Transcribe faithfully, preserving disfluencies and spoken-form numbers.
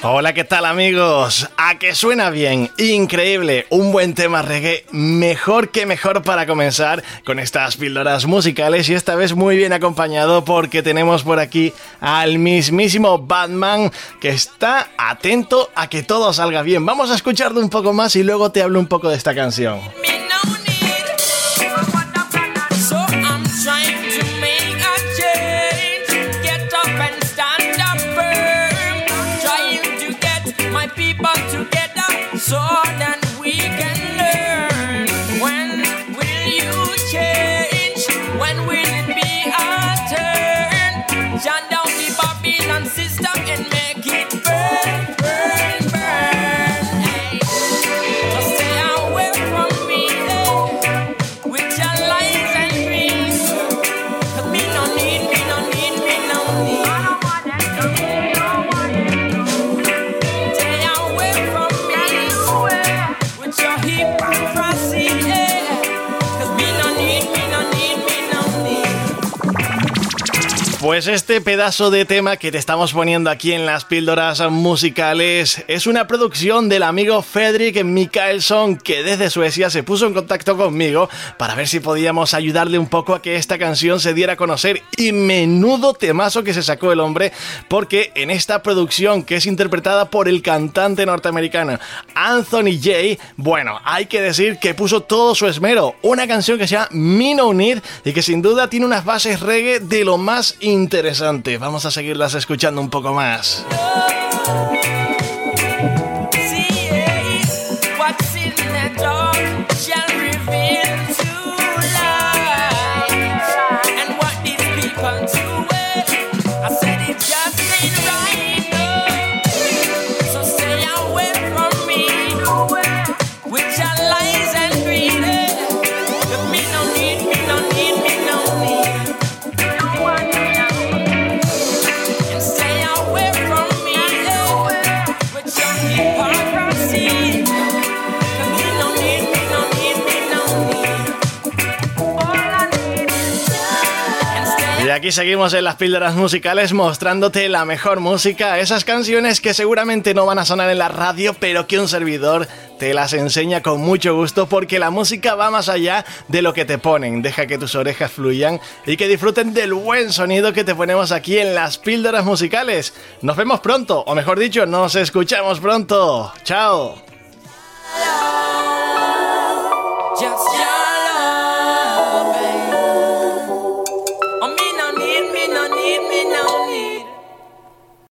Hola, ¿qué tal, amigos? ¿A que suena bien? Increíble, un buen tema reggae, mejor que mejor para comenzar con estas píldoras musicales, y esta vez muy bien acompañado porque tenemos por aquí al mismísimo Batman, que está atento a que todo salga bien. Vamos a escucharlo un poco más y luego te hablo un poco de esta canción. So that we can learn. When will you change? When will it be our turn? Shut down the Babylon system and make it burn, burn, burn. Hey. Just stay away from me, hey, with your lies and dreams. 'Cause me no need, me no need, me no need. Pues este pedazo de tema que te estamos poniendo aquí en las píldoras musicales es una producción del amigo Fredrik Mikaelsson, que desde Suecia se puso en contacto conmigo para ver si podíamos ayudarle un poco a que esta canción se diera a conocer. Y menudo temazo que se sacó el hombre, porque en esta producción, que es interpretada por el cantante norteamericano Anthony Jay, bueno, hay que decir que puso todo su esmero. Una canción que se llama Me No Need y que sin duda tiene unas bases reggae de lo más interesante. Vamos a seguirlas escuchando un poco más. Y aquí seguimos en las píldoras musicales mostrándote la mejor música, esas canciones que seguramente no van a sonar en la radio, pero que un servidor te las enseña con mucho gusto, porque la música va más allá de lo que te ponen. Deja que tus orejas fluyan y que disfruten del buen sonido que te ponemos aquí en las píldoras musicales. Nos vemos pronto, o mejor dicho, nos escuchamos pronto. ¡Chao!